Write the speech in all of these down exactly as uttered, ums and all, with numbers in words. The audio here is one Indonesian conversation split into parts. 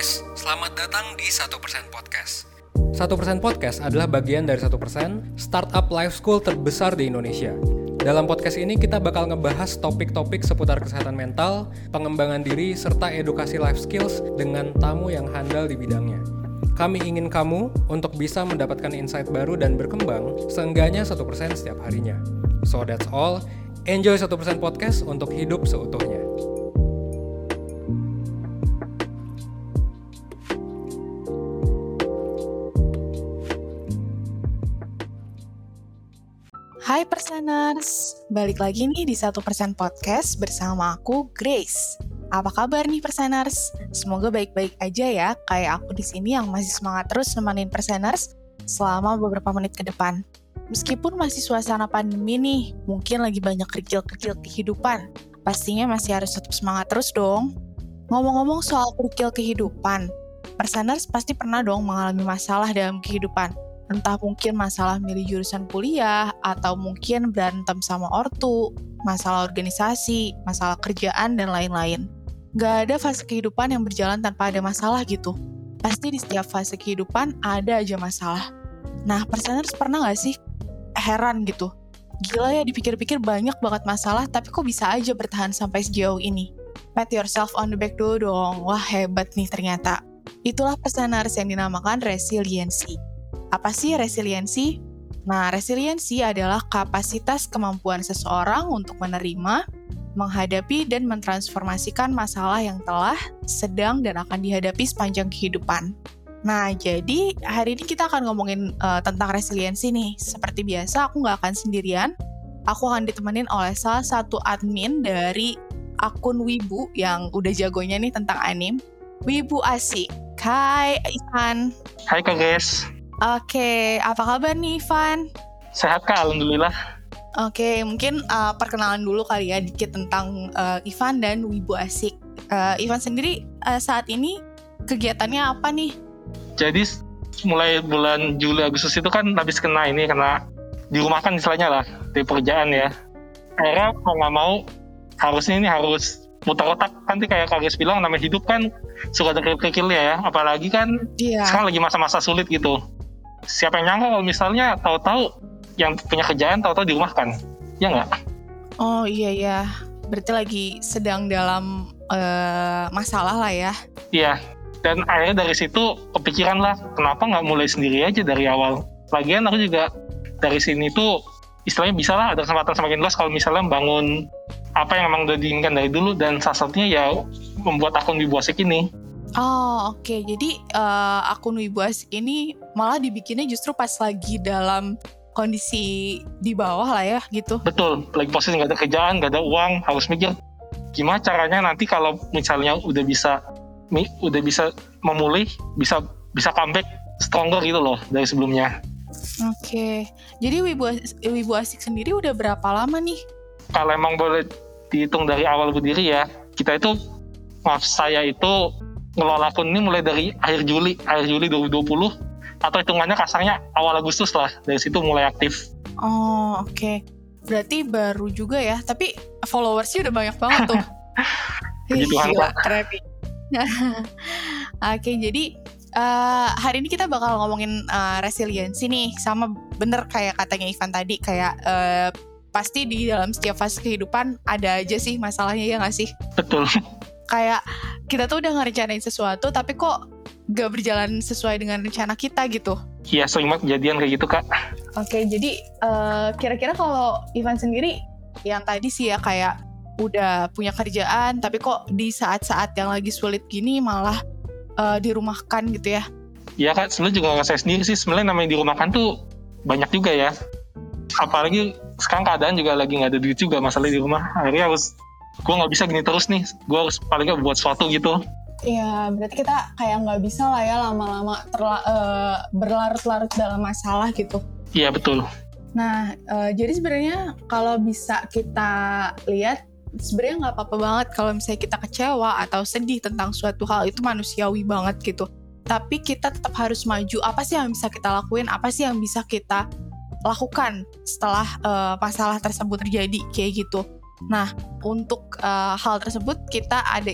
guys, selamat datang di satu persen Podcast. satu persen Podcast adalah bagian dari satu persen startup life school terbesar di Indonesia. Dalam podcast ini kita bakal ngebahas topik-topik seputar kesehatan mental, pengembangan diri, serta edukasi life skills dengan tamu yang handal di bidangnya. Kami ingin kamu untuk bisa mendapatkan insight baru dan berkembang seenggaknya satu persen setiap harinya. So that's all, enjoy satu persen Podcast untuk hidup seutuhnya. Hai Perseners, balik lagi nih di satu persen Podcast bersama aku, Grace. Apa kabar nih Perseners? Semoga baik-baik aja ya, kayak aku di sini yang masih semangat terus nemenin Perseners selama beberapa menit ke depan. Meskipun masih suasana pandemi nih, mungkin lagi banyak kerikil-kerikil kehidupan, pastinya masih harus tetap semangat terus dong. Ngomong-ngomong soal kerikil kehidupan, Perseners pasti pernah dong mengalami masalah dalam kehidupan. Entah mungkin masalah milih jurusan kuliah, atau mungkin berantem sama ortu, masalah organisasi, masalah kerjaan, dan lain-lain. Gak ada fase kehidupan yang berjalan tanpa ada masalah gitu. Pasti di setiap fase kehidupan ada aja masalah. Nah, Perseners pernah gak sih heran gitu? Gila ya, dipikir-pikir banyak banget masalah, tapi kok bisa aja bertahan sampai sejauh ini? Pat yourself on the back dulu dong. Wah, hebat nih ternyata. Itulah Perseners yang dinamakan resiliensi. Apa sih resiliensi? Nah, resiliensi adalah kapasitas kemampuan seseorang untuk menerima, menghadapi, dan mentransformasikan masalah yang telah, sedang, dan akan dihadapi sepanjang kehidupan. Nah, jadi hari ini kita akan ngomongin uh, tentang resiliensi nih. Seperti biasa, aku nggak akan sendirian. Aku akan ditemenin oleh salah satu admin dari akun Wibu yang udah jagonya nih tentang anime. Wibu Asik. Hai, Ivan. Hai Kak Ges. Oke, apa kabar nih Ivan? Sehat Kak, alhamdulillah. Oke, mungkin uh, perkenalan dulu kali ya dikit tentang uh, Ivan dan Wibu Asik. Uh, Ivan sendiri uh, saat ini kegiatannya apa nih? Jadi mulai bulan Juli Agustus itu kan habis kena ini, kena dirumahkan istilahnya lah, di pekerjaan ya. Akhirnya mau nggak mau harusnya ini harus muter otak, kan kayak Kak Ges bilang namanya hidup kan suka ada kerikil-kerikilnya ya, apalagi kan yeah. Sekarang lagi masa-masa sulit gitu. Siapa yang nyangka kalau misalnya tahu-tahu yang punya kerjaan tahu-tahu dirumahkan, ya nggak? Oh iya ya, berarti lagi sedang dalam uh, masalah lah ya? Iya, dan akhirnya dari situ kepikiran lah, kenapa nggak mulai sendiri aja dari awal? Lagian aku juga dari sini tuh istilahnya bisa lah ada kesempatan semakin luas kalau misalnya bangun apa yang emang udah diinginkan dari dulu, dan salah satunya ya membuat akun Wibu Asik ini. Oh oke, okay. Jadi uh, akun Wibu Asik ini malah dibikinnya justru pas lagi dalam kondisi di bawah lah ya gitu. Betul, lagi posisi nggak ada kerjaan, nggak ada uang, harus mikir gimana caranya nanti kalau misalnya udah bisa udah bisa memulih, bisa bisa comeback stronger gitu loh dari sebelumnya. Oke, okay. Jadi Wibu, Wibu Asik sendiri udah berapa lama nih? Kalau emang boleh dihitung dari awal berdiri ya, kita itu, maaf saya itu ngelola akun ini mulai dari akhir Juli, akhir Juli dua ribu dua puluh, atau hitungannya kasarnya awal Agustus lah, dari situ mulai aktif. Oh oke, okay. Berarti baru juga ya, tapi followersnya udah banyak banget tuh. Puji Tuhan Pak. Oke, okay, jadi uh, hari ini kita bakal ngomongin uh, resiliensi nih, sama bener kayak katanya Ivan tadi, kayak uh, pasti di dalam setiap fase kehidupan ada aja sih masalahnya, ya nggak sih? Betul. Kayak kita tuh udah ngerencanain sesuatu tapi kok gak berjalan sesuai dengan rencana kita gitu. Iya, sering banget kejadian kayak gitu Kak. Oke, jadi uh, kira-kira kalau Ivan sendiri yang tadi sih ya kayak udah punya kerjaan tapi kok di saat-saat yang lagi sulit gini malah uh, dirumahkan gitu ya? Iya Kak, sebenarnya juga gak saya sendiri sih, sebenarnya namanya dirumahkan tuh banyak juga ya. Apalagi sekarang keadaan juga lagi gak ada duit juga masalah di rumah. Akhirnya harus, gue gak bisa gini terus nih, gue harus paling gak buat sesuatu gitu. Iya, berarti kita kayak gak bisa lah ya lama-lama terla- uh, berlarut-larut dalam masalah gitu. Iya, betul. Nah, uh, jadi sebenarnya kalau bisa kita lihat, sebenarnya gak apa-apa banget kalau misalnya kita kecewa atau sedih tentang suatu hal, itu manusiawi banget gitu. Tapi kita tetap harus maju, apa sih yang bisa kita lakuin, apa sih yang bisa kita lakukan setelah uh, masalah tersebut terjadi, kayak gitu. Nah, untuk uh, hal tersebut kita ada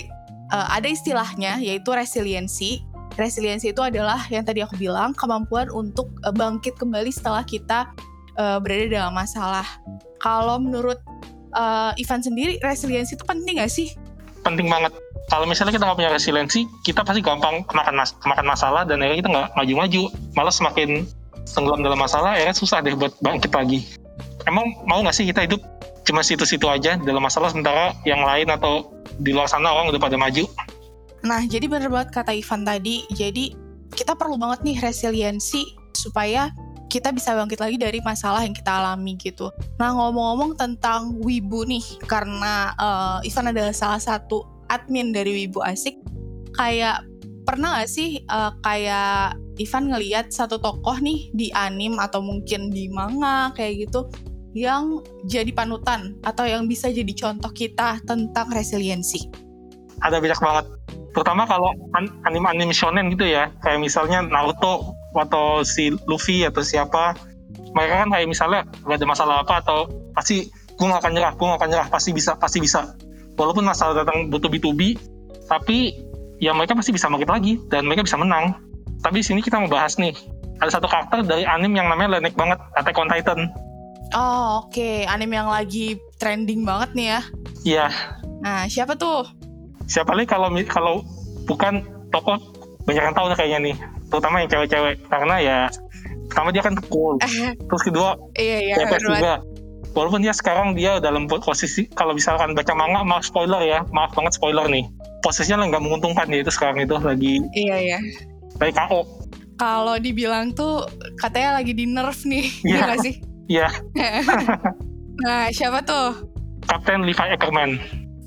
uh, ada istilahnya yaitu resiliensi. Resiliensi itu adalah yang tadi aku bilang, kemampuan untuk uh, bangkit kembali setelah kita uh, berada dalam masalah. Kalau menurut uh, Ivan sendiri, resiliensi itu penting gak sih? Penting banget. Kalau misalnya kita nggak punya resiliensi, kita pasti gampang kemakan, mas- kemakan masalah dan akhirnya kita nggak maju-maju, malah semakin tenggelam dalam masalah, akhirnya susah deh buat bangkit lagi. Emang mau nggak sih kita hidup cuma situ-situ aja dalam masalah, sementara yang lain atau di luar sana orang udah pada maju? Nah, jadi bener banget kata Ivan tadi. Jadi kita perlu banget nih resiliensi supaya kita bisa bangkit lagi dari masalah yang kita alami gitu. Nah, ngomong-ngomong tentang Wibu nih, karena uh, Ivan adalah salah satu admin dari Wibu Asik, kayak pernah gak sih uh, kayak Ivan ngelihat satu tokoh nih di anime atau mungkin di manga kayak gitu yang jadi panutan atau yang bisa jadi contoh kita tentang resiliensi? Ada banyak banget, terutama kalau an- anime-anime shonen gitu ya, kayak misalnya Naruto atau si Luffy atau siapa. Mereka kan kayak misalnya gak ada masalah apa atau pasti gue gak akan nyerah, gue gak akan nyerah, pasti bisa, pasti bisa. Walaupun masalah datang bertubi-tubi, tapi ya mereka pasti bisa bangkit lagi dan mereka bisa menang. Tapi di sini kita mau bahas nih, ada satu karakter dari anime yang namanya lenek banget, Attack on Titan. Oh oke, okay. Anime yang lagi trending banget nih ya. Iya. Nah, siapa tuh? Siapa lagi kalau kalau bukan tokoh banyak yang tahu kayaknya nih, terutama yang cewek-cewek, karena ya pertama dia kan cool, terus kedua iya, iya, P P S juga. Walaupun dia sekarang dia dalam posisi, kalau misalkan baca manga, maaf spoiler ya, maaf banget spoiler nih, posisinya nggak menguntungkan dia itu sekarang itu lagi iya iya lagi K O. Kalau dibilang tuh katanya lagi di nerf nih, iya nggak sih? Iya. Nah, siapa tuh? Kapten Levi Ackerman.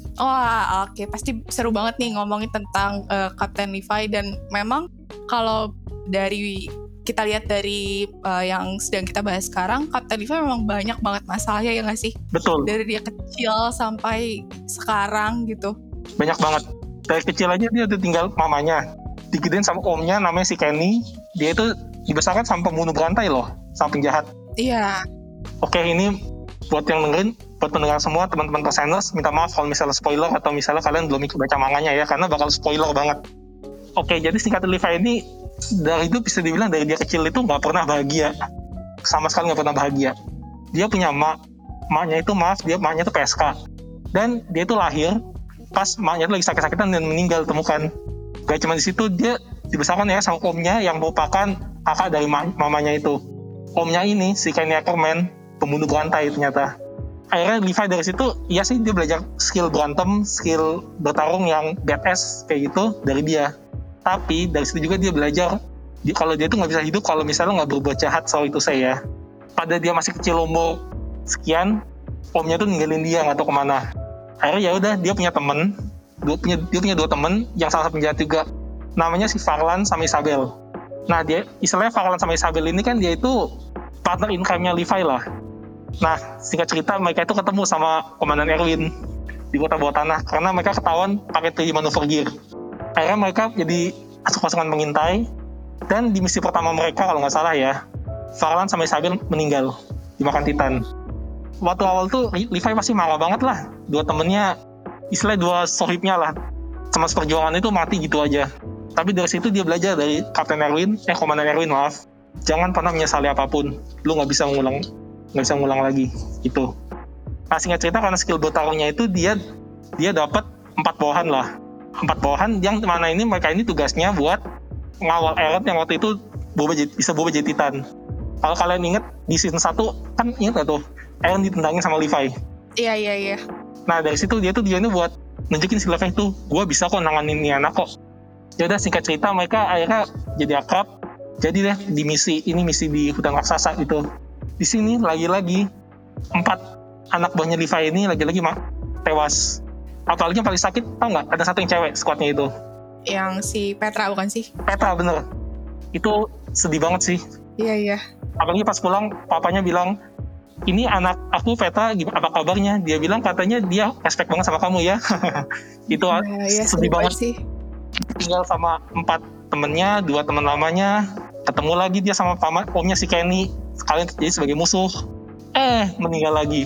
Wah, oke, okay. Pasti seru banget nih ngomongin tentang uh, Kapten Levi, dan memang kalau dari kita lihat dari uh, yang sedang kita bahas sekarang, Kapten Levi memang banyak banget masalahnya, ya nggak sih? Betul. Dari dia kecil sampai sekarang gitu. Banyak banget. Dari kecil aja dia udah tinggal mamanya, digedein sama omnya namanya si Kenny. Dia itu dibesarkan sama pembunuh berantai loh, sama penjahat. Iya. Oke, ini buat yang dengerin, buat pendengar semua, teman-teman perseners, minta maaf kalau misalnya spoiler atau misalnya kalian belum ikut baca manganya ya, karena bakal spoiler banget. Oke, jadi singkat Levi ini dari itu bisa dibilang dari dia kecil itu nggak pernah bahagia, sama sekali nggak pernah bahagia. Dia punya mak, maknya itu maaf, dia maknya itu P S K, dan dia itu lahir pas maknya itu lagi sakit-sakitan dan meninggal temukan. Gak cuma di situ, dia dibesarkan ya sama omnya yang merupakan kakak dari ma- mamanya itu. Omnya ini si Kenny Ackerman, pembunuh berantai ternyata. Akhirnya Levi dari situ, iya sih dia belajar skill berantem, skill bertarung yang badass kayak gitu dari dia. Tapi dari situ juga dia belajar dia, kalau dia tuh nggak bisa hidup kalau misalnya nggak berbuat jahat. Soal itu saya, pada dia masih kecil umur sekian, omnya tuh ninggalin dia nggak tahu kemana. Akhirnya ya udah dia punya temen, dia punya dia punya dua temen yang salah satu penjahat juga, namanya si Varlan sama Isabel. Nah dia istilahnya Varlan sama Isabel ini kan dia itu partner in crime-nya Levi lah. Nah singkat cerita mereka itu ketemu sama Komandan Erwin di kota bawah tanah karena mereka ketahuan pakai tiga maneuver gear. Akhirnya mereka jadi pasukan pengintai, dan di misi pertama mereka kalau nggak salah ya, Varlan sama Isabel meninggal dimakan Titan. Waktu awal tuh Levi pasti marah banget lah, dua temennya, istilah dua sohibnya lah, sama seperjuangan itu mati gitu aja. Tapi dari situ dia belajar dari Kapten Erwin, eh Komandan Erwin maaf, jangan pernah menyesali apapun, lu nggak bisa mengulang, nggak bisa mengulang lagi gitu. Nah singkat cerita karena skill bertarungnya itu dia dia dapat empat bawahan lah, empat bawahan yang mana ini mereka ini tugasnya buat ngawal Eren yang waktu itu berubah jadi, bisa berubah jadi Titan. Kalau kalian inget di season satu kan inget gak tuh Eren ditendangin sama Levi. Iya iya iya. Nah dari situ dia tuh dia ini buat nunjukin si Levi itu, gue bisa kok nanganin ini anak kok. Ya udah singkat cerita mereka akhirnya jadi akrab. Jadi deh di misi ini misi di hutan raksasa itu. Di sini lagi-lagi empat anak buahnya Levi ini lagi-lagi mak tewas. Apalagi yang paling sakit tau nggak? Ada satu yang cewek squadnya itu. Yang si Petra bukan sih? Petra bener. Itu sedih banget sih. Iya iya. Apalagi pas pulang papanya bilang, ini anak aku Petra apa kabarnya? Dia bilang katanya dia respect banget sama kamu ya. Itu nah, ya, sedih banget sih. Tinggal sama empat temennya, dua teman lamanya, ketemu lagi dia sama paman omnya si Kenny, sekalian jadi sebagai musuh. Eh meninggal lagi.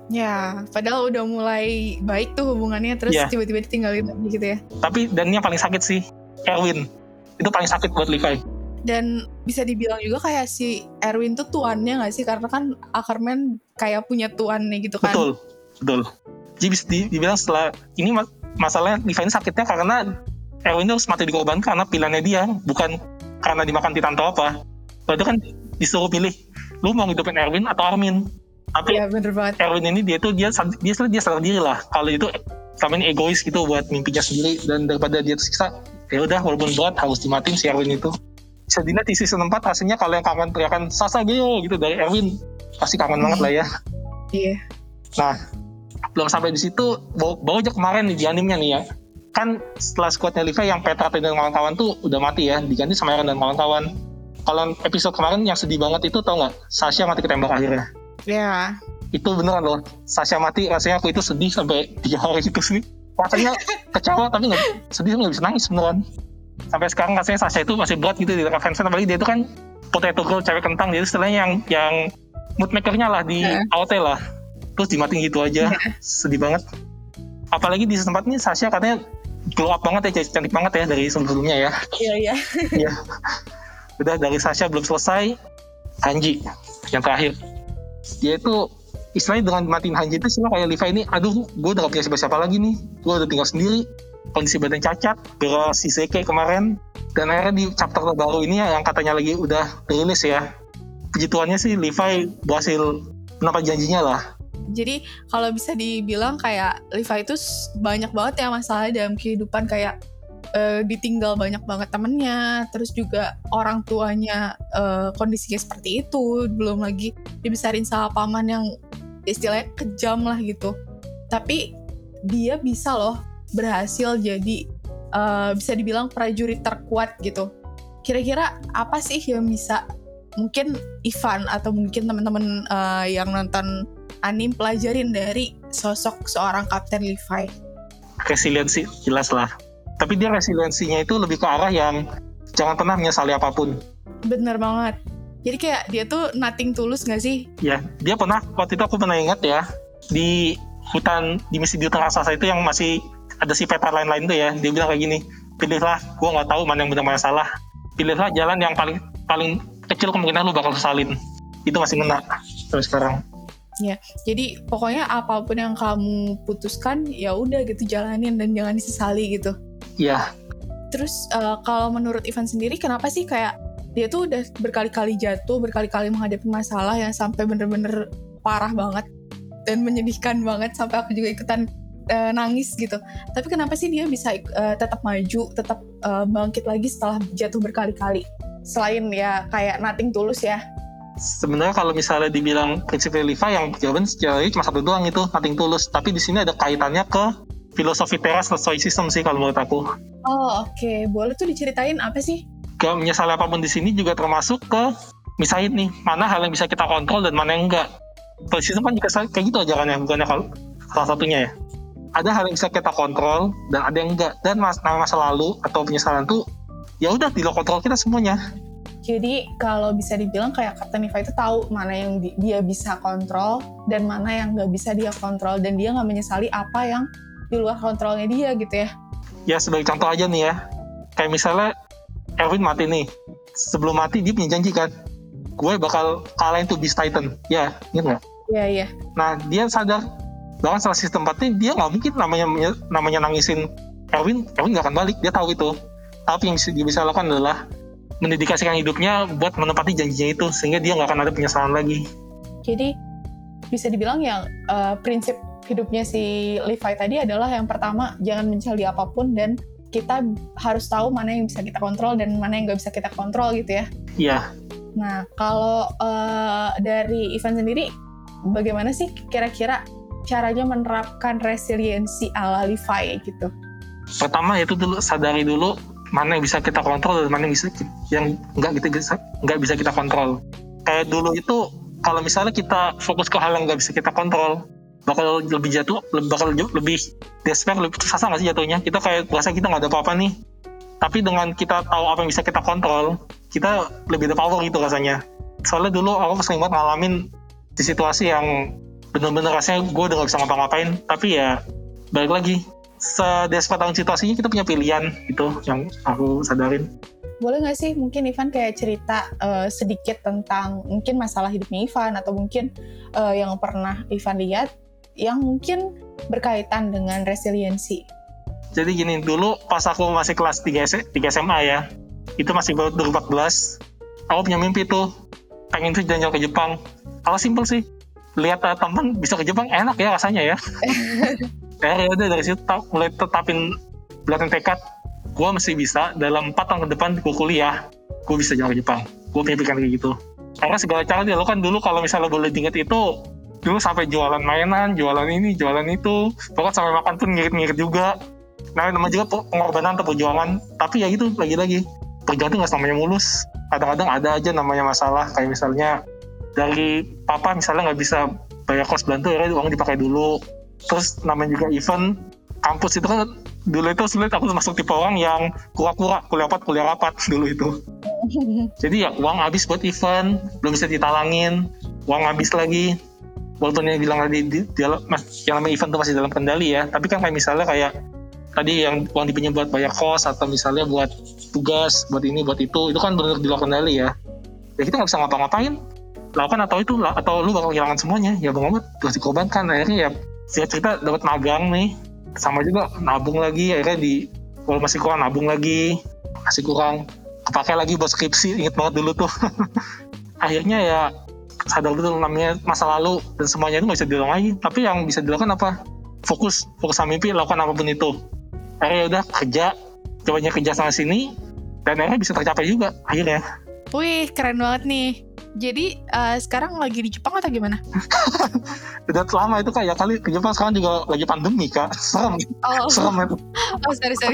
Ya, padahal udah mulai baik tuh hubungannya, terus Iya. tiba-tiba ditinggalin lagi gitu ya. Tapi dan yang paling sakit sih Erwin. Itu paling sakit buat Levi. Dan bisa dibilang juga kayak si Erwin tuh tuannya gak sih? Karena kan Ackerman kayak punya tuannya gitu kan. Betul, betul. Jadi bisa di- dibilang setelah ini mas- masalahnya Levi ini sakitnya karena Erwin itu harus mati dikorbankan karena pilihannya dia, bukan karena dimakan Titan atau apa. Waktu itu kan disuruh pilih, lu mau hidupin Erwin atau Armin. Tapi Iya bener banget. Erwin ini dia tuh dia dia dia sadar diri lah kalau itu selama ini egois gitu buat mimpinya sendiri, dan daripada dia tersiksa ya udah walaupun berat harus dimatiin si Erwin itu. Bisa dilihat di season empat rasanya kalau yang kangen teriakan Sasa Geo gitu dari Erwin pasti kangen banget lah ya. Iya. Nah belum sampai di situ, baru, baru aja kemarin nih di animenya nih ya, kan setelah squadnya Levi yang Petra dan kawan-kawan tuh udah mati ya, diganti sama Eren dan kawan-kawan. Kalau episode kemarin yang sedih banget itu tau nggak, Sasha mati ketembak akhirnya. Ya. Itu beneran loh, Sasha mati rasanya aku itu sedih sampai tiga hari itu sih. Rasanya kecewa tapi nggak sedih, nggak bisa nangis beneran. Sampai sekarang rasanya Sasha itu masih berat gitu di dekat fansen, apalagi dia itu kan potato girl, cewek kentang, jadi istilahnya yang yang mood makernya lah di Yeah. A O T lah, terus dimatiin gitu aja. Yeah. Sedih banget. Apalagi di setempat ini Sasha katanya glow up banget ya, cantik banget ya dari sebelumnya ya. Iya iya. Iya. Udah dari Sasha belum selesai, Hanji yang terakhir. Dia itu istilahnya dengan matiin Hanji itu sih kayak Levi ini, aduh gue udah gak punya siapa-siapa lagi nih, gue udah tinggal sendiri, kondisi badan cacat, gara si Zeke kemarin, dan akhirnya di chapter terbaru ini yang katanya lagi udah rilis ya, puji Tuhannya sih Levi berhasil menepati janjinya lah. Jadi kalau bisa dibilang kayak Levi itu banyak banget ya masalahnya dalam kehidupan, kayak uh, ditinggal banyak banget temennya, terus juga orang tuanya uh, kondisinya seperti itu, belum lagi dibesarin sama paman yang istilahnya kejam lah gitu. Tapi dia bisa loh berhasil jadi uh, bisa dibilang prajurit terkuat gitu. Kira-kira apa sih yang bisa mungkin Ivan atau mungkin teman-teman uh, yang nonton anime pelajarin dari sosok seorang Kapten Levi? Resiliensi jelas lah, tapi dia resiliensinya itu lebih ke arah yang jangan pernah menyesali apapun. Bener banget. Jadi kayak dia tuh nothing tulus gak sih? Ya, dia pernah, waktu itu aku pernah ingat ya, di hutan, di misi di hutan raksasa itu yang masih ada si Petra lain-lain tuh ya, dia bilang kayak gini, pilihlah, gue gak tahu mana yang benar mana yang salah, pilihlah jalan yang paling paling kecil kemungkinan lu bakal sesalin. Itu masih ngena sampai sekarang. Ya, jadi pokoknya apapun yang kamu putuskan, ya udah gitu jalanin dan jangan disesali gitu. Iya. Terus uh, kalau menurut Ivan sendiri, kenapa sih kayak dia tuh udah berkali-kali jatuh, berkali-kali menghadapi masalah yang sampai bener-bener parah banget dan menyedihkan banget sampai aku juga ikutan uh, nangis gitu. Tapi kenapa sih dia bisa uh, tetap maju, tetap uh, bangkit lagi setelah jatuh berkali-kali? Selain ya kayak nothing tulus ya. Sebenarnya kalau misalnya dibilang prinsip Levi, yang jawaban secara ini cuma satu doang, itu nothing tulus. Tapi di sini ada kaitannya ke filosofi teras stoicism sih kalau menurut aku. Oh oke, okay. Boleh tuh diceritain apa sih? Gak menyesali apapun di sini juga termasuk ke misalnya nih, mana hal yang bisa kita kontrol dan mana yang enggak. Stoicism kan juga kayak gitu ajarannya, bukannya kalau salah satunya ya. Ada hal yang bisa kita kontrol dan ada yang enggak. Dan mas, masa lalu atau penyesalan tuh ya udah di luar kontrol kita semuanya. Jadi kalau bisa dibilang kayak Kapten Levi itu tahu mana yang di, dia bisa kontrol dan mana yang nggak bisa dia kontrol, dan dia nggak menyesali apa yang di luar kontrolnya dia gitu ya. Ya sebagai contoh aja nih ya, kayak misalnya Erwin mati nih, sebelum mati dia punya janji kan, gue bakal kalahin tuh Beast Titan, ya inget nggak? Iya iya. Nah dia sadar bahkan setelah sistem empatnya dia nggak mungkin namanya namanya nangisin Erwin, Erwin nggak akan balik, dia tahu itu. Tapi yang bisa, dia bisa lakukan adalah mendedikasikan hidupnya buat menepati janjinya itu, sehingga dia nggak akan ada penyesalan lagi. Jadi bisa dibilang yang uh, prinsip hidupnya si Levi tadi adalah yang pertama, jangan menyesali apapun, dan kita harus tahu mana yang bisa kita kontrol dan mana yang nggak bisa kita kontrol gitu ya. Iya. Nah kalau uh, dari Ivan sendiri, bagaimana sih kira-kira caranya menerapkan resiliensi ala Levi gitu? Pertama itu dulu sadari dulu mana yang bisa kita kontrol dan mana yang bisa yang nggak kita bisa nggak bisa kita kontrol. Kayak dulu itu kalau misalnya kita fokus ke hal yang nggak bisa kita kontrol, bakal lebih jatuh, bakal lebih despair, lebih susah nggak sih jatuhnya? Kita kayak merasa kita nggak ada apa-apa nih. Tapi dengan kita tahu apa yang bisa kita kontrol, kita lebih ada power gitu rasanya. Soalnya dulu aku sering banget ngalamin di situasi yang bener-bener rasanya gue udah gak bisa ngapa-ngapain. Tapi ya balik lagi, sedesperate situasinya kita punya pilihan, itu yang aku sadarin. Boleh nggak sih mungkin Ivan kayak cerita uh, sedikit tentang mungkin masalah hidupnya Ivan, atau mungkin uh, yang pernah Ivan lihat yang mungkin berkaitan dengan resiliensi? Jadi gini, dulu pas aku masih kelas tiga, tiga S M A ya, itu masih baru dua ribu empat belas, aku punya mimpi tuh, pengen tuh jalan-jalan ke Jepang. Kalau simpel sih, lihat uh, teman bisa ke Jepang enak ya rasanya ya. Ya udah dari situ mulai tetapin bulan tekad, gue masih bisa dalam empat tahun ke depan gue kuliah, gue bisa jalan ke Jepang. Gue punya pikiran kayak gitu. Karena segala cara dia, lo kan dulu kalau misalnya boleh diinget itu, dulu sampai jualan mainan, jualan ini, jualan itu, pokoknya sampai makan pun ngirit-ngirit juga. Nah, namanya juga pengorbanan atau perjuangan. Tapi ya gitu, lagi-lagi perjuangan itu nggak selamanya mulus. Kadang-kadang ada aja namanya masalah, kayak misalnya dari papa misalnya nggak bisa bayar kos bulan tuh, akhirnya uang dipakai dulu. Terus namanya juga event kampus itu kan dulu itu sulit, aku masuk tipe orang yang kura-kura, kuliah rapat, kuliah rapat dulu itu. Jadi ya uang habis buat event, belum bisa ditalangin, uang habis lagi. Walaupun yang bilang tadi di, di, yang namanya event itu masih dalam kendali ya, tapi kan kayak misalnya kayak tadi yang uang dipinjam buat bayar kos atau misalnya buat tugas, buat ini, buat itu, itu kan benar-benar di luar kendali ya. Ya kita nggak bisa ngapa-ngapain, lakukan atau itu, atau lu bakal kehilangan semuanya. Ya bang Ahmad harus dikorbankan. Akhirnya ya singkat cerita dapat magang nih, sama juga nabung lagi, akhirnya di kalau masih kurang nabung lagi, masih kurang kepake lagi buat skripsi, inget banget dulu tuh. Akhirnya ya sadar betul namanya masa lalu dan semuanya itu nggak bisa diulang lagi. Tapi yang bisa dilakukan apa? Fokus, fokus sama mimpi, lakukan apapun itu. Akhirnya udah kerja, cobanya kerja sana sini, dan akhirnya bisa tercapai juga akhirnya. Wih, keren banget nih. Jadi uh, sekarang lagi di Jepang atau gimana? Udah lama itu Kak, ya kali ke Jepang, sekarang juga lagi pandemi Kak. Serem, oh. serem itu. Oh sorry sorry.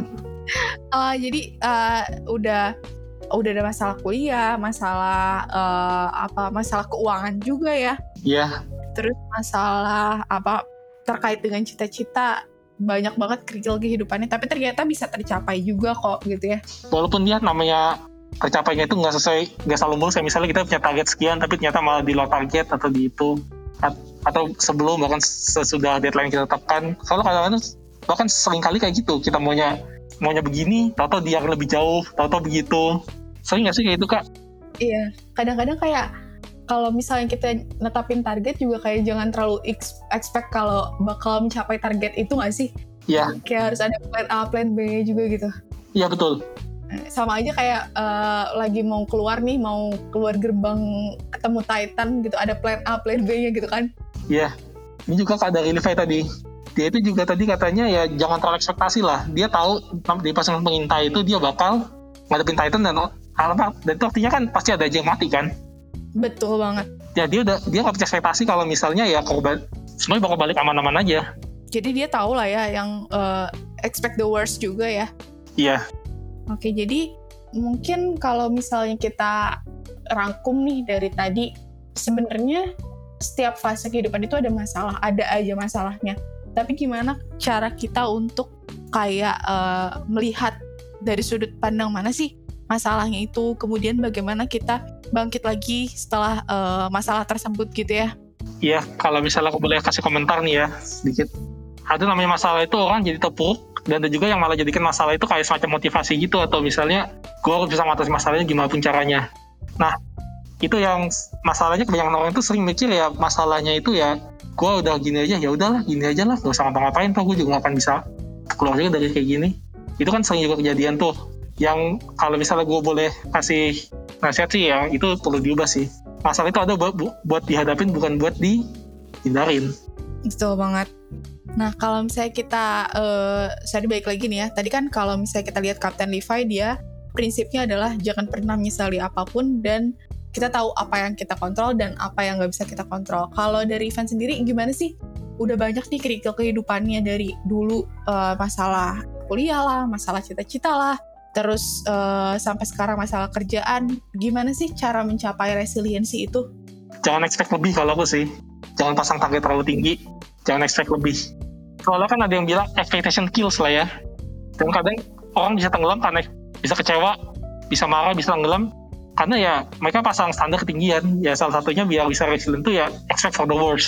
uh, jadi uh, udah udah ada masalah kuliah, masalah uh, apa, masalah keuangan juga ya? Iya. Yeah. Terus masalah apa terkait dengan cita-cita, banyak banget kerikil kehidupannya, tapi ternyata bisa tercapai juga kok gitu ya. Walaupun dia namanya tercapainya itu nggak sesuai, nggak selalu mulus. Kayak misalnya kita punya target sekian, tapi ternyata malah di luar target atau di itu, atau sebelum bahkan sesudah deadline kita tetapkan. Kalau kadang-kadang bahkan sering kali kayak gitu, kita maunya maunya begini, tahu-tahu dia lebih jauh, tahu-tahu begitu. Sering nggak sih kayak itu Kak? Iya, kadang-kadang kayak kalau misalnya kita netapin target juga kayak jangan terlalu expect kalau bakal mencapai target itu nggak sih? Iya. Kayak harus ada plan A, plan B juga gitu. Iya betul. Sama aja kayak uh, lagi mau keluar nih, mau keluar gerbang ketemu Titan gitu, ada plan A, plan B-nya gitu kan. Iya, ini juga Kak dari Levi tadi, dia itu juga tadi katanya ya jangan terlalu ekspektasi lah. Dia tahu di pasangan pengintai itu dia bakal ngadepin Titan dan apa, dan itu artinya kan pasti ada aja yang mati kan. Betul banget. Ya dia udah, dia nggak punya ekspektasi kalau misalnya ya korban semuanya bakal balik aman-aman aja. Jadi dia tahu lah ya yang uh, expect the worst juga ya. Iya. Oke, jadi mungkin kalau misalnya kita rangkum nih dari tadi, sebenarnya setiap fase kehidupan itu ada masalah, ada aja masalahnya. Tapi gimana cara kita untuk kayak uh, melihat dari sudut pandang mana sih masalahnya itu, kemudian bagaimana kita bangkit lagi setelah uh, masalah tersebut gitu ya? Iya, kalau misalnya aku boleh kasih komentar nih ya, sedikit. Ada namanya masalah itu orang jadi terpuruk, dan ada juga yang malah jadikan masalah itu kayak semacam motivasi gitu, atau misalnya gue harus bisa mengatasi masalahnya gimana pun caranya. Nah, itu yang masalahnya kebanyakan orang itu sering mikir ya masalahnya itu ya gue udah gini aja, ya udahlah gini aja lah, gak usah ngapa-ngapain, toh gue juga gak akan bisa keluar juga dari kayak gini. Itu kan sering juga kejadian tuh. Yang kalau misalnya gue boleh kasih nasihat sih ya, itu perlu diubah sih. Masalah itu ada buat, buat dihadapin, bukan buat dihindarin. Betul banget. Nah, kalau misalnya kita, uh, saya balik lagi nih ya, tadi kan kalau misalnya kita lihat Kapten Levi, dia prinsipnya adalah jangan pernah menyesali apapun, dan kita tahu apa yang kita kontrol dan apa yang nggak bisa kita kontrol. Kalau dari Ivan sendiri, gimana sih? Udah banyak nih kerikil kehidupannya dari dulu, uh, masalah kuliah lah, masalah cita-cita lah, terus uh, sampai sekarang masalah kerjaan. Gimana sih cara mencapai resiliensi itu? Jangan expect lebih kalau aku sih. Jangan pasang target terlalu tinggi, jangan expect lebih. Soalnya kan ada yang bilang expectation kills lah ya. Dan kadang orang bisa tenggelam karena bisa kecewa, bisa marah, bisa tenggelam. Karena ya mereka pasang standar ketinggian. Ya salah satunya biar bisa resilient tuh ya expect for the worst.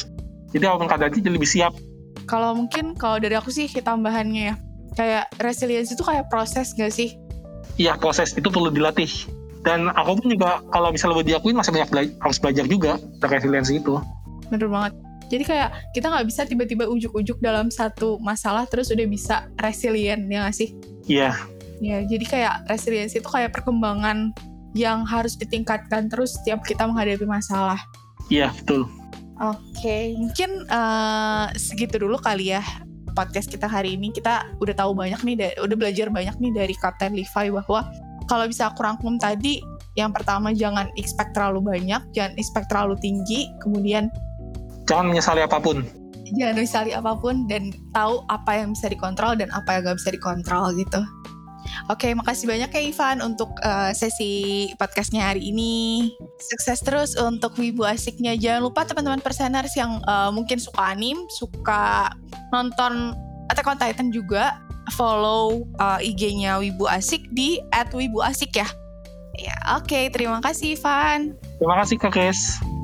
Jadi walaupun keadaan jadi lebih siap. Kalau mungkin kalau dari aku sih tambahannya ya, kayak resilience itu kayak proses gak sih? Iya, proses itu perlu dilatih. Dan aku pun juga kalau misalnya mau diakuin masih banyak bela- harus belajar juga tentang resilience itu. Bener banget. Jadi kayak kita nggak bisa tiba-tiba ujuk-ujuk dalam satu masalah terus udah bisa resilient, ya nggak sih? Iya. Ya, jadi kayak resilience itu kayak perkembangan yang harus ditingkatkan terus setiap kita menghadapi masalah. Iya, betul. Oke, mungkin uh, segitu dulu kali ya podcast kita hari ini. Kita udah tahu banyak nih, da- udah belajar banyak nih dari Kapten Levi bahwa kalau bisa aku rangkum tadi, yang pertama jangan expect terlalu banyak, jangan expect terlalu tinggi, kemudian Jangan menyesali apapun. jangan menyesali apapun, dan tahu apa yang bisa dikontrol dan apa yang gak bisa dikontrol gitu. Oke, makasih banyak ya Ivan untuk uh, sesi podcastnya hari ini. Sukses terus untuk Wibu Asiknya. Jangan lupa teman-teman Perseners yang uh, mungkin suka anime, suka nonton Attack on Titan juga, follow uh, I G-nya Wibu Asik di at wibu asik ya. Ya, oke, terima kasih Ivan. Terima kasih Kak Chris.